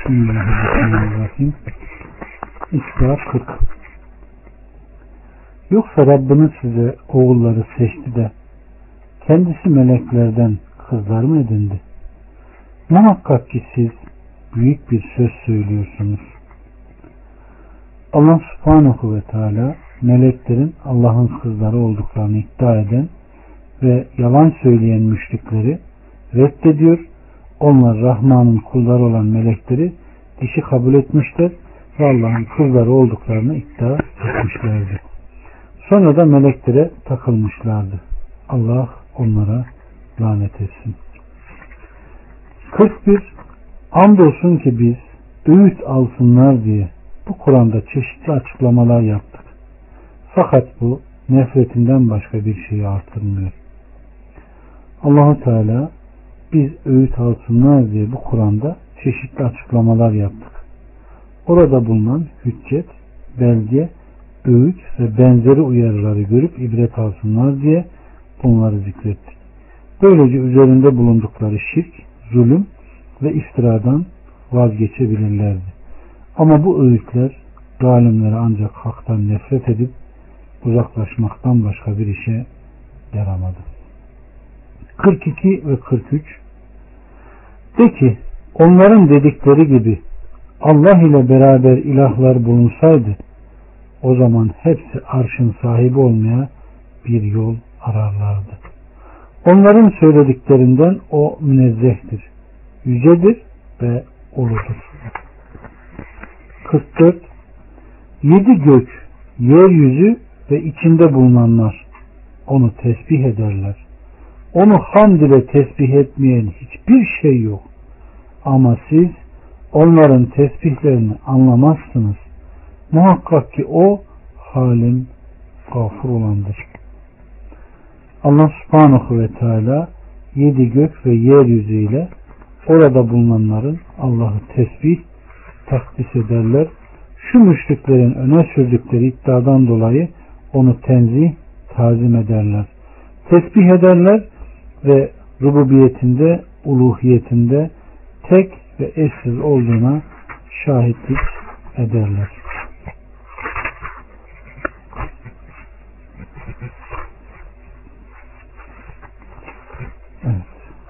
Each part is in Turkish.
Bismillahirrahmanirrahim. İsra 40. Yoksa Rabbiniz size oğulları seçti de kendisi meleklerden kızlar mı edindi? Muhakkak ki siz büyük bir söz söylüyorsunuz. Allah subhanahu ve teala meleklerin Allah'ın kızları olduklarını iddia eden ve yalan söyleyen müşrikleri reddediyor. Onlar Rahman'ın kulları olan melekleri dişi kabul etmişler ve Allah'ın kızları olduklarını iddia etmişlerdi. Sonra da meleklere takılmışlardı. Allah onlara lanet etsin. 41. Andolsun ki biz öğüt alsınlar diye bu Kur'an'da çeşitli açıklamalar yaptık. Fakat bu nefretinden başka bir şeyi artırmıyor. Allah-u Teala biz öğüt alsınlar diye bu Kur'an'da çeşitli açıklamalar yaptık. Orada bulunan hüccet, belge, öğüt ve benzeri uyarıları görüp ibret alsınlar diye bunları zikrettik. Böylece üzerinde bulundukları şirk, zulüm ve iftiradan vazgeçebilirlerdi. Ama bu öğütler zalimlere ancak haktan nefret edip uzaklaşmaktan başka bir işe yaramadı. 42 ve 43. De ki onların dedikleri gibi Allah ile beraber ilahlar bulunsaydı o zaman hepsi arşın sahibi olmaya bir yol ararlardı. Onların söylediklerinden o münezzehtir, yücedir ve uludur. 44. 7 gök, yeryüzü ve içinde bulunanlar onu tesbih ederler. Onu hamd ile tesbih etmeyen hiçbir şey yok. Ama siz onların tesbihlerini anlamazsınız. Muhakkak ki o halim gafur olandır. Allah subhanahu ve teala 7 gök ve yeryüzü ile orada bulunanların Allah'ı tesbih, takdis ederler. Şu müşriklerin öne sürdükleri iddiadan dolayı onu tenzih, tazim ederler. Tesbih ederler ve rububiyetinde, uluhiyetinde tek ve eşsiz olduğuna şahitlik ederler. Evet.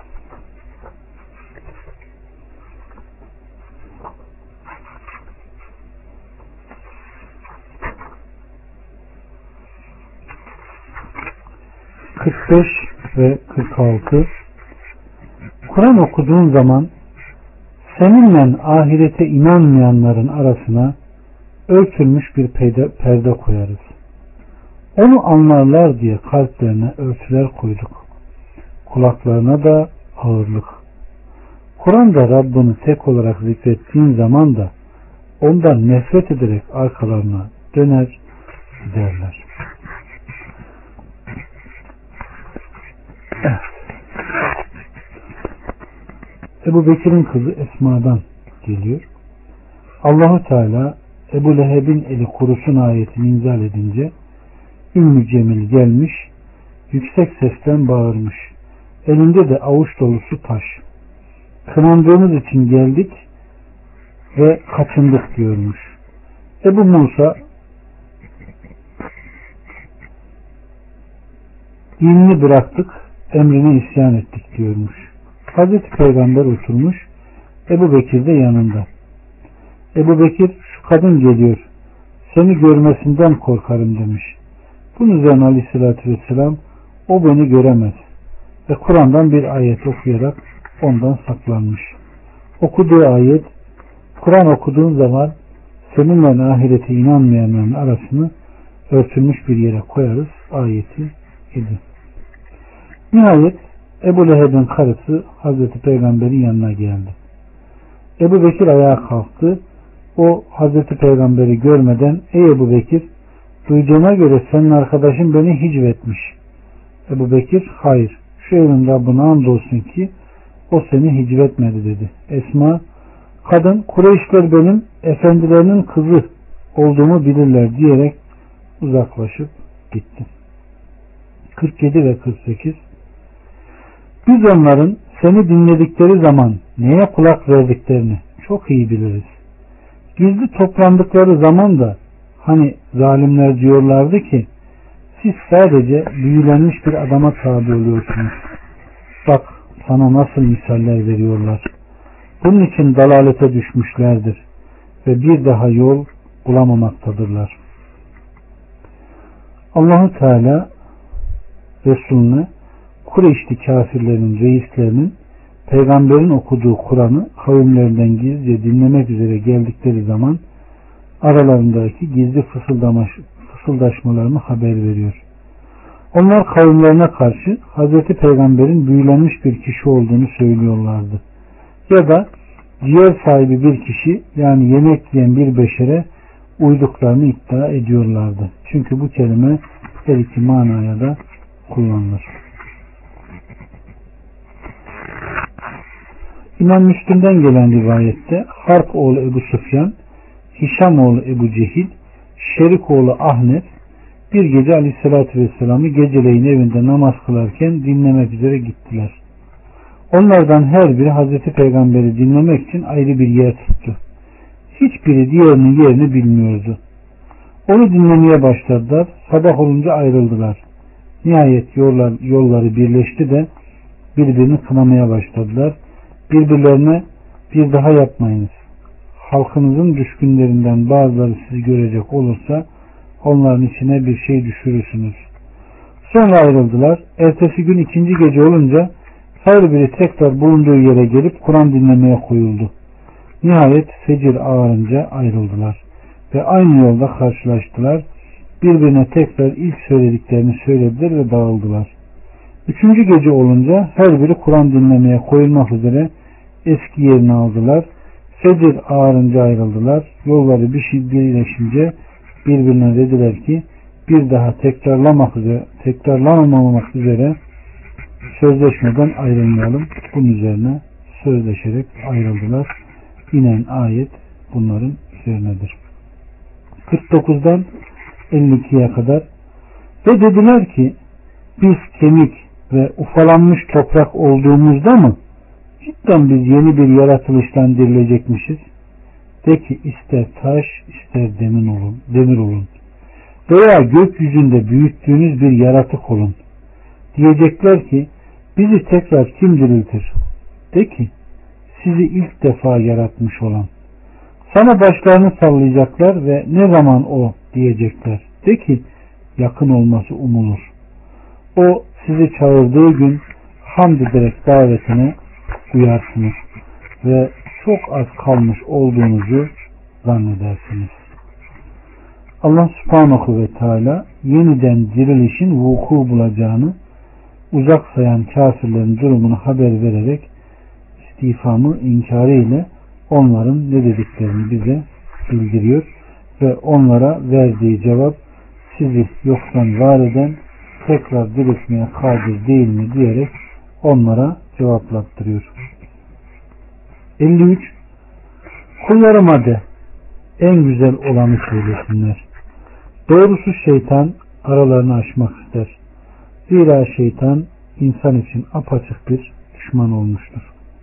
...45 ve 46. Kur'an okuduğun zaman seninle ahirete inanmayanların arasına örtülmüş bir perde koyarız. Onu anlarlar diye kalplerine örtüler koyduk. Kulaklarına da ağırlık. Kur'an'da Rabbini tek olarak zikrettiğin zaman da ondan nefret ederek arkalarına döner giderler. Evet. Ebu Bekir'in kızı Esma'dan geliyor. Allahu Teala Ebu Leheb'in eli kurusun ayetini inzal edince Ümmü Cemil gelmiş, yüksek sesten bağırmış. Elinde de avuç dolusu taş. Kınandığımız için geldik ve kaçındık diyormuş. Ebu Musa dinini bıraktık, emrine isyan ettik diyormuş. Hazreti Peygamber oturmuş, Ebu Bekir de yanında. Ebu Bekir şu kadın geliyor, seni görmesinden korkarım demiş. Bunun üzerine Aleyhisselatü Vesselam o beni göremez ve Kur'an'dan bir ayet okuyarak ondan saklanmış. Okuduğu ayet, Kur'an okuduğun zaman seninle ahirete inanmayanların arasını örtülmüş bir yere koyarız ayeti idi. Nihayet Ebu Leheb'in karısı Hazreti Peygamber'in yanına geldi. Ebu Bekir ayağa kalktı. O Hazreti Peygamber'i görmeden ey Ebu Bekir, duyduğuma göre senin arkadaşın beni hicvetmiş. Ebu Bekir hayır, şu evin Rabbine andolsun ki o seni hicvetmedi dedi. Esma, kadın Kureyşler benim efendilerinin kızı olduğumu bilirler diyerek uzaklaşıp gitti. 47 ve 48. Biz onların seni dinledikleri zaman neye kulak verdiklerini çok iyi biliriz. Gizli toplandıkları zaman da hani zalimler diyorlardı ki siz sadece büyülenmiş bir adama tabi oluyorsunuz. Bak sana nasıl misaller veriyorlar. Bunun için dalalete düşmüşlerdir ve bir daha yol bulamamaktadırlar. Allah-u Teala Resulüne Kureyşli kafirlerin reislerinin peygamberin okuduğu Kur'an'ı kavimlerinden gizlice dinlemek üzere geldikleri zaman aralarındaki gizli fısıldaşmalarını haber veriyor. Onlar kavimlerine karşı Hazreti Peygamber'in büyülenmiş bir kişi olduğunu söylüyorlardı. Ya da ciğer sahibi bir kişi, yani yemek yiyen bir beşere uyduklarını iddia ediyorlardı. Çünkü bu kelime her iki manaya da kullanılır. İmam Müslim'den gelen rivayette Harp oğlu Ebu Süfyan, Hişam oğlu Ebu Cehil, Şerik oğlu Ahnet bir gece Aleyhisselatü Vesselam'ı geceleyin evinde namaz kılarken dinlemek üzere gittiler. Onlardan her biri Hazreti Peygamber'i dinlemek için ayrı bir yer tuttu. Hiçbiri diğerinin yerini bilmiyordu. Onu dinlemeye başladılar. Sabah olunca ayrıldılar. Nihayet yolları birleşti de birbirini kınamaya başladılar. Birbirlerine bir daha yapmayınız. Halkınızın düşkünlerinden bazıları sizi görecek olursa onların içine bir şey düşürürsünüz. Sonra ayrıldılar. Ertesi gün ikinci gece olunca her biri tekrar bulunduğu yere gelip Kur'an dinlemeye koyuldu. Nihayet fecir ağarınca ayrıldılar ve aynı yolda karşılaştılar. Birbirine tekrar ilk söylediklerini söylediler ve dağıldılar. Üçüncü gece olunca her biri Kur'an dinlemeye koyulmak üzere eski yerini aldılar. Fecir ağarınca ayrıldılar. Yolları birleşince birbirine dediler ki bir daha tekrarlanmamak üzere sözleşmeden ayrılmayalım. Bunun üzerine sözleşerek ayrıldılar. İnen ayet bunların üzerinedir. 49'dan 52'ye kadar ve dediler ki biz kemik ve ufalanmış toprak olduğumuzda mı cidden biz yeni bir yaratılıştan dirilecekmişiz? De ki ister taş ister demir olun veya gökyüzünde büyüttüğünüz bir yaratık olun. Diyecekler ki bizi tekrar kim diriltir? De ki sizi ilk defa yaratmış olan. Sana başlarını sallayacaklar ve ne zaman o diyecekler. De ki yakın olması umulur. O sizi çağırdığı gün hamd ederek davetine uyarsınız ve çok az kalmış olduğunuzu zannedersiniz. Allah subhanahu ve teala yeniden dirilişin vuku bulacağını uzak sayan kafirlerin durumunu haber vererek istifamı inkarı ile onların ne dediklerini bize bildiriyor ve onlara verdiği cevap sizi yoktan var eden tekrar diriltmeye kadir değil mi diyerek onlara cevaplattırıyor. 53. Kullarıma de en güzel olanı söylesinler. Doğrusu şeytan aralarını aşmak ister. Zira şeytan insan için apaçık bir düşman olmuştur.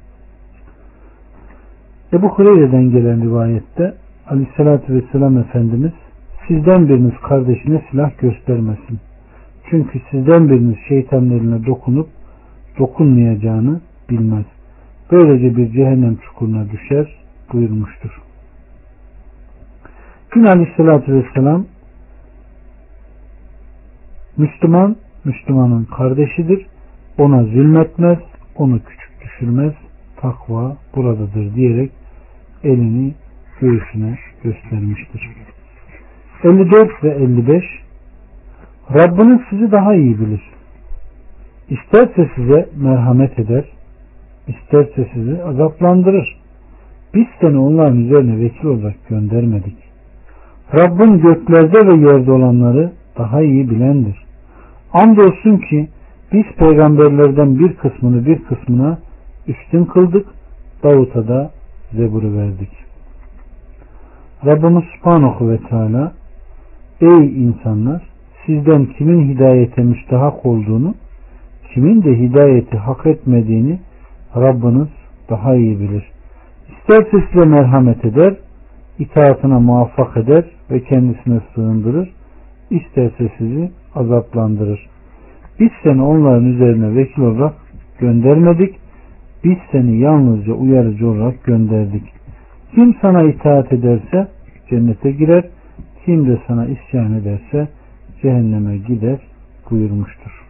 Ebu Hureyre'den gelen rivayette Aleyhisselatü Vesselam Efendimiz sizden biriniz kardeşine silah göstermesin. Çünkü sizden biriniz şeytanın eline dokunup dokunmayacağını bilmez. Böylece bir cehennem çukuruna düşer buyurmuştur. Yine Aleyhisselatü Vesselam Müslüman, Müslümanın kardeşidir. Ona zulmetmez, onu küçük düşürmez. Takva buradadır diyerek elini göğsüne göstermiştir. 54 ve 55 Rabbiniz sizi daha iyi bilir. İsterse size merhamet eder, isterse sizi azaplandırır. Biz seni onların üzerine vekil olarak göndermedik. Rabbin göklerde ve yerde olanları daha iyi bilendir. Andolsun ki biz peygamberlerden bir kısmını bir kısmına üstün kıldık. Davut'a da Zebur'u verdik. Rabbimiz Subhanahu ve Teala ey insanlar sizden kimin hidayete müstahak olduğunu kimin de hidayeti hak etmediğini Rabbiniz daha iyi bilir. İsterse size merhamet eder, itaatına muvaffak eder ve kendisine sığındırır. İsterse sizi azaplandırır. Biz seni onların üzerine vekil olarak göndermedik. Biz seni yalnızca uyarıcı olarak gönderdik. Kim sana itaat ederse cennete girer. Kim de sana isyan ederse cehenneme gider buyurmuştur.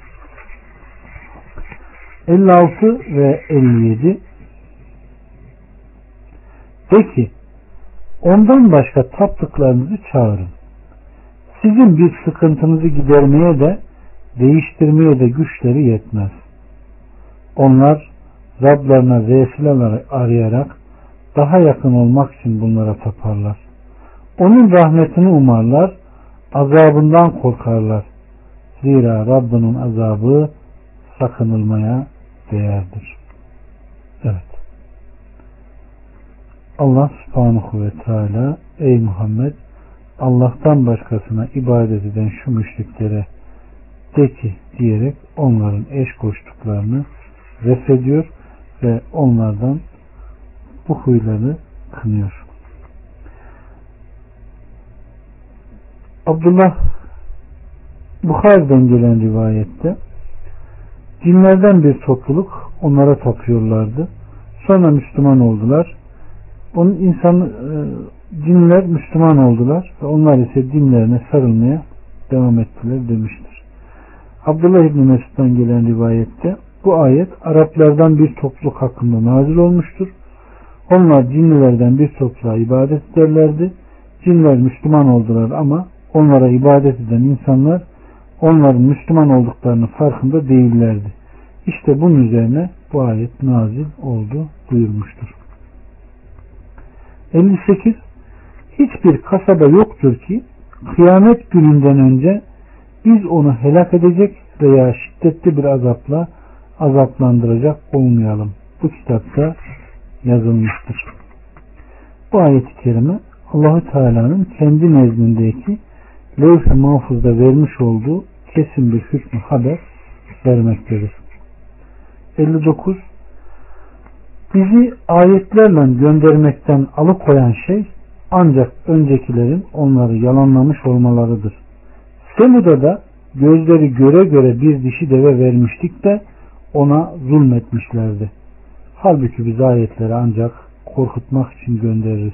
56 ve 57. De ki, ondan başka taptıklarınızı çağırın. Sizin bir sıkıntınızı gidermeye de değiştirmeye de güçleri yetmez. Onlar Rablarına vesileler arayarak daha yakın olmak için bunlara taparlar. Onun rahmetini umarlar, azabından korkarlar. Zira Rabbinin azabı sakınılmaya değerdir. Evet. Allah subhanahu ve teala, ey Muhammed, Allah'tan başkasına ibadet eden şu müşriklere de ki diyerek onların eş koştuklarını reddediyor ve onlardan bu huyları kınıyor. Abdullah Bukhari'den gelen rivayette cinlerden bir topluluk onlara tapıyorlardı. Sonra Müslüman oldular. Cinler Müslüman oldular ve onlar ise dinlerine sarılmaya devam ettiler demiştir. Abdullah İbni Mesud'dan gelen rivayette bu ayet Araplardan bir topluluk hakkında nazil olmuştur. Onlar cinlilerden bir topluluğa ibadet ederlerdi. Cinler Müslüman oldular ama onlara ibadet eden insanlar onların Müslüman olduklarının farkında değillerdi. İşte bunun üzerine bu ayet nazil oldu buyurmuştur. 58. Hiçbir kasaba yoktur ki kıyamet gününden önce biz onu helak edecek veya şiddetli bir azapla azaplandıracak olmayalım. Bu kitapta yazılmıştır. Bu ayet-i kerime Allah-u Teala'nın kendi nezdindeki Levh-i Mahfuz'da vermiş olduğu kesin bir hükmü haber vermektedir. 59. Bizi ayetlerle göndermekten alıkoyan şey ancak öncekilerin onları yalanlamış olmalarıdır. Semud'a da gözleri göre göre bir dişi deve vermiştik de ona zulmetmişlerdi. Halbuki biz ayetleri ancak korkutmak için göndeririz.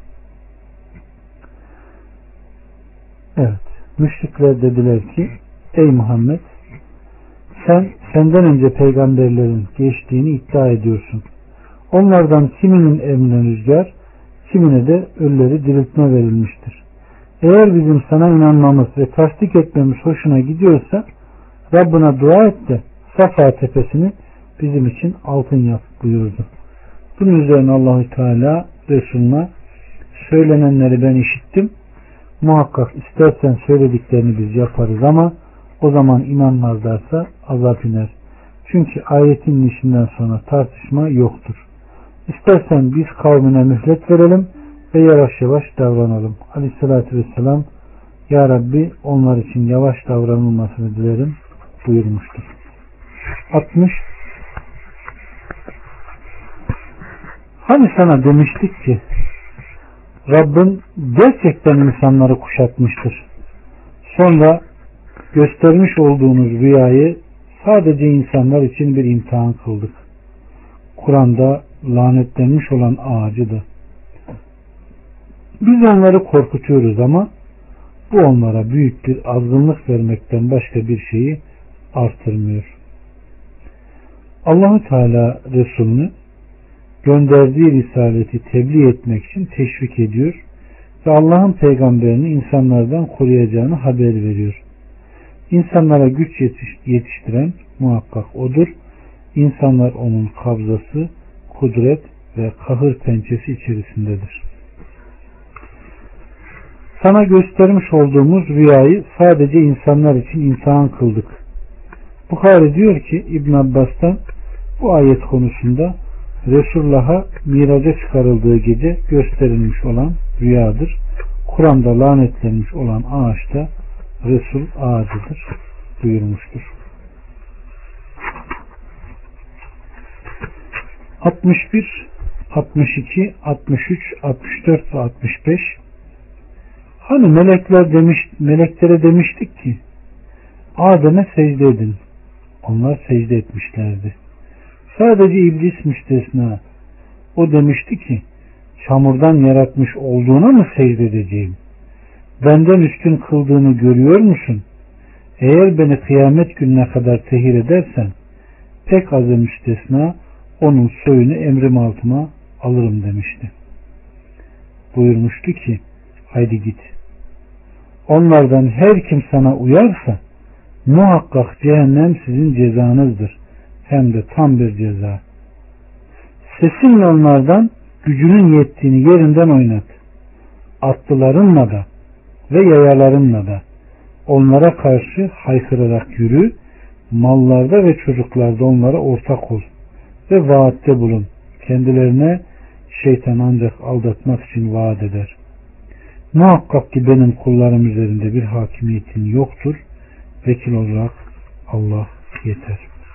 Evet. Müşrikler dediler ki ey Muhammed senden önce peygamberlerin geçtiğini iddia ediyorsun. Onlardan kiminin emrine rüzgar, kimine de ölüleri diriltme verilmiştir. Eğer bizim sana inanmamız ve tasdik etmemiz hoşuna gidiyorsa Rabbına dua et de Safa tepesini bizim için altın yap buyurdu. Bunun üzerine Allah-u Teala Resulüne söylenenleri ben işittim. Muhakkak istersen söylediklerini biz yaparız ama o zaman inanmazlarsa azap iner. Çünkü ayetin işinden sonra tartışma yoktur. İstersen biz kavmine mühlet verelim ve yavaş yavaş davranalım. Aleyhissalatü vesselam Ya Rabbi onlar için yavaş davranılmasını dilerim buyurmuştur. 60. Hani sana demiştik ki Rabbin gerçekten insanları kuşatmıştır. Sonra göstermiş olduğunuz rüyayı sadece insanlar için bir imtihan kıldık. Kur'an'da lanetlenmiş olan ağacıdır. Biz onları korkutuyoruz ama bu onlara büyük bir azgınlık vermekten başka bir şeyi artırmıyor. Allah-u Teala Resulünü gönderdiği risaleti tebliğ etmek için teşvik ediyor ve Allah'ın peygamberini insanlardan koruyacağını haber veriyor. İnsanlara güç yetiştiren muhakkak odur. İnsanlar onun kabzası, kudret ve kahır pençesi içerisindedir. Sana göstermiş olduğumuz rüyayı sadece insanlar için imtihan kıldık. Bukhari diyor ki İbn Abbas'tan bu ayet konusunda Resulullah'a miraca çıkarıldığı gece gösterilmiş olan rüyadır. Kur'an'da lanetlenmiş olan ağaç da Resul ağacıdır buyurmuştur. 61. 62, 63, 64 ve 65. Hani meleklere demiştik ki Adem'e secde edin. Onlar secde etmişlerdi. Sadece iblis müstesna. O demişti ki çamurdan yaratmış olduğuna mı secde edeceğim? Benden üstün kıldığını görüyor musun? Eğer beni kıyamet gününe kadar tehir edersen pek azı müstesna onun soyunu emrim altıma alırım demişti. Buyurmuştu ki haydi git. Onlardan her kim sana uyarsa muhakkak cehennem sizin cezanızdır. Hem de tam bir ceza. Sesinle onlardan gücünün yettiğini yerinden oynat. Atlılarınla da ve yayalarınla da onlara karşı haykırarak yürü. Mallarda ve çocuklarda onlara ortak ol ve vaatte bulun. Kendilerine şeytan ancak aldatmak için vaat eder. Muhakkak ki benim kullarım üzerinde bir hakimiyetin yoktur. Vekil olarak Allah yeter.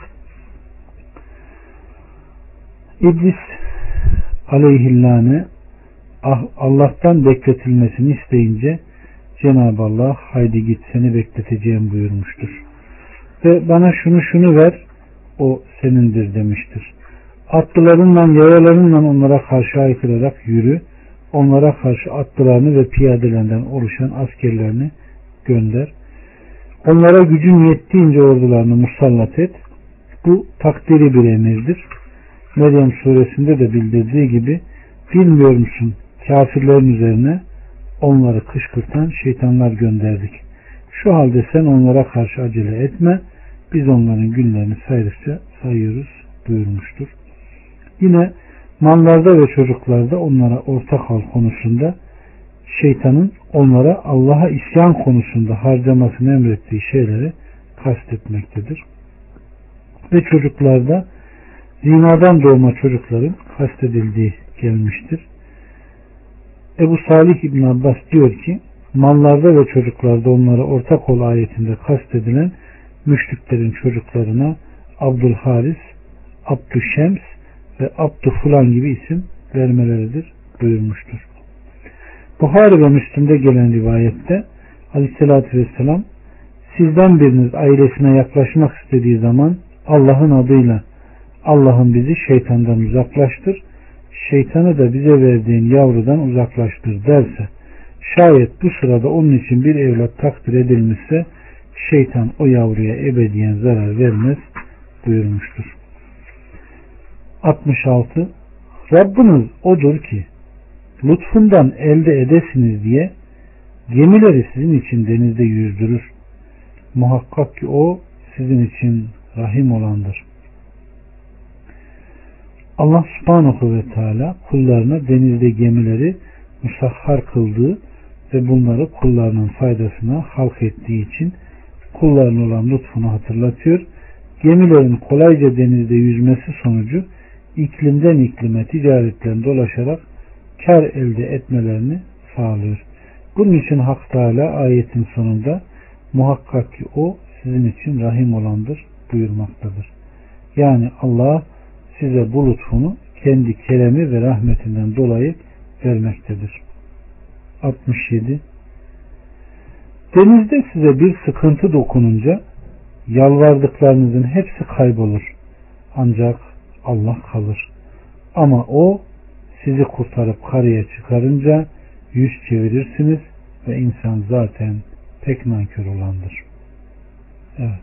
İblis aleyhillâne Allah'tan bekletilmesini isteyince Cenab-ı Allah haydi git seni bekleteceğim buyurmuştur. Ve bana şunu ver o senindir demiştir. Atlılarınla yayalarınla onlara karşı haykırarak yürü. Onlara karşı atlılarını ve piyadelerinden oluşan askerlerini gönder. Onlara gücün yettiğince ordularını musallat et. Bu takdiri bir emirdir. Meryem suresinde de bildirdiği gibi bilmiyor musun kafirlerin üzerine onları kışkırtan şeytanlar gönderdik. Şu halde sen onlara karşı acele etme. Biz onların günlerini saydıkça sayıyoruz buyurmuştur. Yine mallarda ve çocuklarda onlara ortak ol konusunda şeytanın onlara Allah'a isyan konusunda harcamasını emrettiği şeyleri kastetmektedir. Ve çocuklarda zinadan doğma çocukların kastedildiği gelmiştir. Ebu Salih İbn Abbas diyor ki mallarda ve çocuklarda onlara ortak ol ayetinde kastedilen müşriklerin çocuklarına Abdülharis, Abdüşşems ve Abdüfulan gibi isim vermeleridir buyurmuştur. Buhari ve Müslim'de gelen rivayette Aleyhisselatü Vesselam sizden biriniz ailesine yaklaşmak istediği zaman Allah'ın adıyla Allah'ım bizi şeytandan uzaklaştır, şeytanı da bize verdiğin yavrudan uzaklaştır derse şayet bu sırada onun için bir evlat takdir edilmişse şeytan o yavruya ebediyen zarar vermez buyurmuştur. 66. Rabbiniz odur ki lütfundan elde edesiniz diye gemileri sizin için denizde yüzdürür. Muhakkak ki o sizin için rahim olandır. Allah subhanahu ve teala kullarına denizde gemileri musahhar kıldığı ve bunları kullarının faydasına halk ettiği için kullarına olan lütfunu hatırlatıyor. Gemilerin kolayca denizde yüzmesi sonucu iklimden iklime ticaretten dolaşarak kar elde etmelerini sağlıyor. Bunun için Hak Teala ayetin sonunda muhakkak ki o sizin için rahim olandır buyurmaktadır. Yani Allah size bu lütfunu kendi keremi ve rahmetinden dolayı vermektedir. 67. Denizde size bir sıkıntı dokununca yalvardıklarınızın hepsi kaybolur. Ancak Allah kalır. Ama o sizi kurtarıp karaya çıkarınca yüz çevirirsiniz ve insan zaten pek nankör olandır. Evet.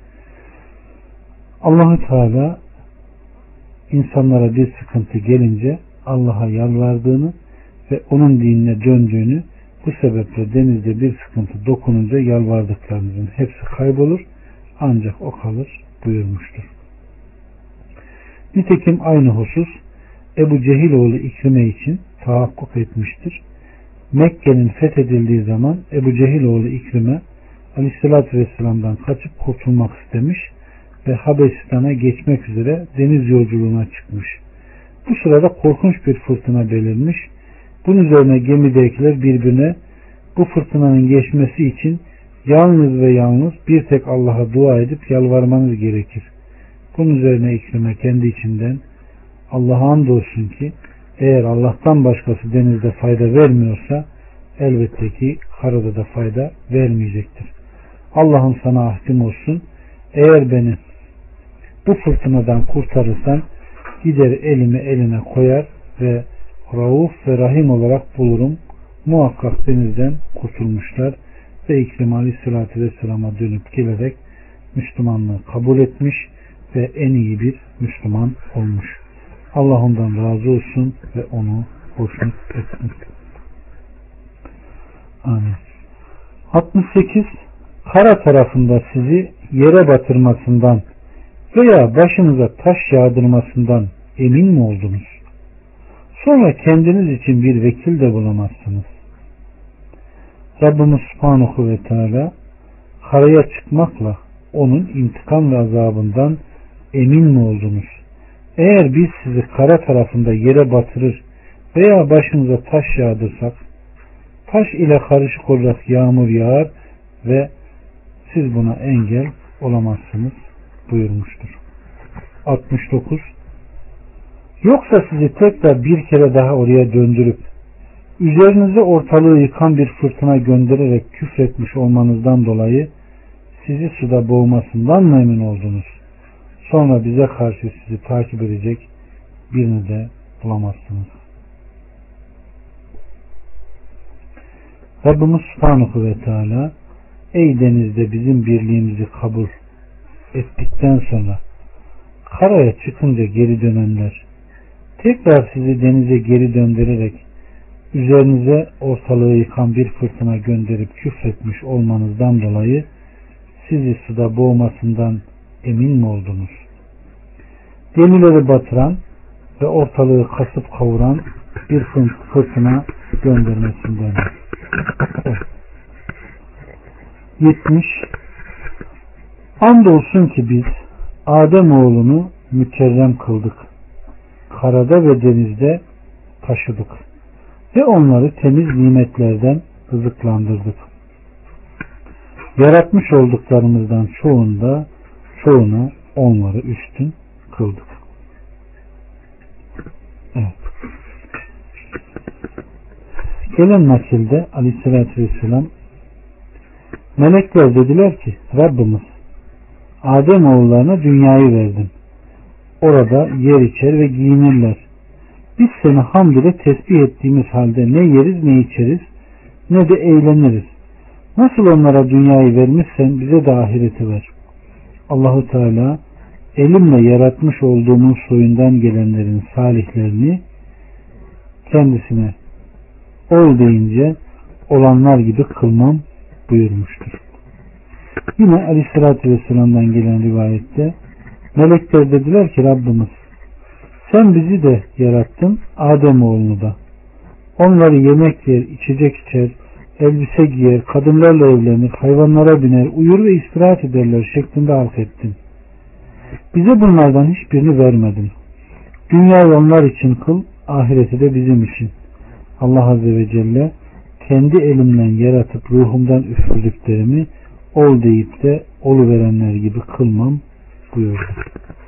Allah-u Teala insanlara bir sıkıntı gelince Allah'a yalvardığını ve onun dinine döndüğünü, bu sebeple denizde bir sıkıntı dokununca yalvardıklarınızın hepsi kaybolur ancak o kalır buyurmuştur. Nitekim aynı husus Ebu Cehiloğlu İkrime için tahakkuk etmiştir. Mekke'nin fethedildiği zaman Ebu Cehiloğlu İkrime Aleyhisselatü Vesselam'dan kaçıp kurtulmak istemiş ve Habeşistan'a geçmek üzere deniz yolculuğuna çıkmış. Bu sırada korkunç bir fırtına belirmiş. Bunun üzerine gemidekiler birbirine bu fırtınanın geçmesi için yalnız ve yalnız bir tek Allah'a dua edip yalvarmanız gerekir. Bunun üzerine İkrime kendi içinden Allah'a andolsun ki Eğer Allah'tan başkası denizde fayda vermiyorsa elbette ki karada da fayda vermeyecektir. Allah'ım sana ahdim olsun. Eğer beni bu fırtınadan kurtarırsan gider elimi eline koyar ve Rauf ve Rahim olarak bulurum. Muhakkak denizden kurtulmuşlar ve İkrim Aleyhisselatü Vesselam'a dönüp gelerek Müslümanlığı kabul etmiş ve en iyi bir Müslüman olmuş. Allah ondan razı olsun ve onu hoşnut etsin. Amin. 68. Kara tarafında sizi yere batırmasından veya başınıza taş yağdırmasından emin mi oldunuz? Sonra kendiniz için bir vekil de bulamazsınız. Rabbimiz Subhanahu ve Teala karaya çıkmakla onun intikam ve azabından emin mi oldunuz? Eğer biz sizi kara tarafında yere batırır veya başınıza taş yağdırsak, taş ile karışık olarak yağmur yağar ve siz buna engel olamazsınız buyurmuştur. 69. Yoksa sizi tekrar bir kere daha oraya döndürüp üzerinize ortalığı yıkan bir fırtına göndererek küfretmiş olmanızdan dolayı sizi suda boğmasından mı emin oldunuz? Sonra bize karşı sizi takip edecek birini de bulamazsınız. Rabbimiz Subhanahu ve Teala ey denizde bizim birliğimizi kabul ettikten sonra karaya çıkınca geri dönenler tekrar sizi denize geri döndürerek üzerinize ortalığı yıkan bir fırtına gönderip küfretmiş olmanızdan dolayı sizi suda boğmasından emin mi oldunuz? Gemileri batıran ve ortalığı kasıp kavuran bir fırtına göndermesinden. 70. Andolsun ki biz Adem oğlunu mükerrem kıldık. Karada ve denizde taşıdık. Ve onları temiz nimetlerden rızıklandırdık. Yaratmış olduklarımızdan çoğuna onları üstün kıldık. Evet. Gelen nakilde Aleyhisselatü Vesselam melekler dediler ki Rabbimiz Adem oğullarına dünyayı verdin. Orada yer içer ve giyinirler. Biz seni hamd ile tesbih ettiğimiz halde ne yeriz ne içeriz ne de eğleniriz. Nasıl onlara dünyayı vermişsen bize de ahireti ver. Allahu Teala elimle yaratmış olduğumun soyundan gelenlerin salihlerini kendisine ol deyince olanlar gibi kılmam buyurmuştur. Yine Aleyhisselatü Vesselam'dan gelen rivayette melekler dediler ki Rabbimiz sen bizi de yarattın Ademoğlunu da. Onları yemek yer, içecek içer, elbise giyer, kadınlarla evlenir, hayvanlara biner, uyur ve istirahat ederler şeklinde halk ettin. Bize bunlardan hiçbirini vermedin. Dünyayı onlar için kıl, ahireti de bizim için. Allah Azze ve Celle kendi elimden yaratıp ruhumdan üfürdüklerimi ol deyip de oluverenler gibi kılmam buyurdu.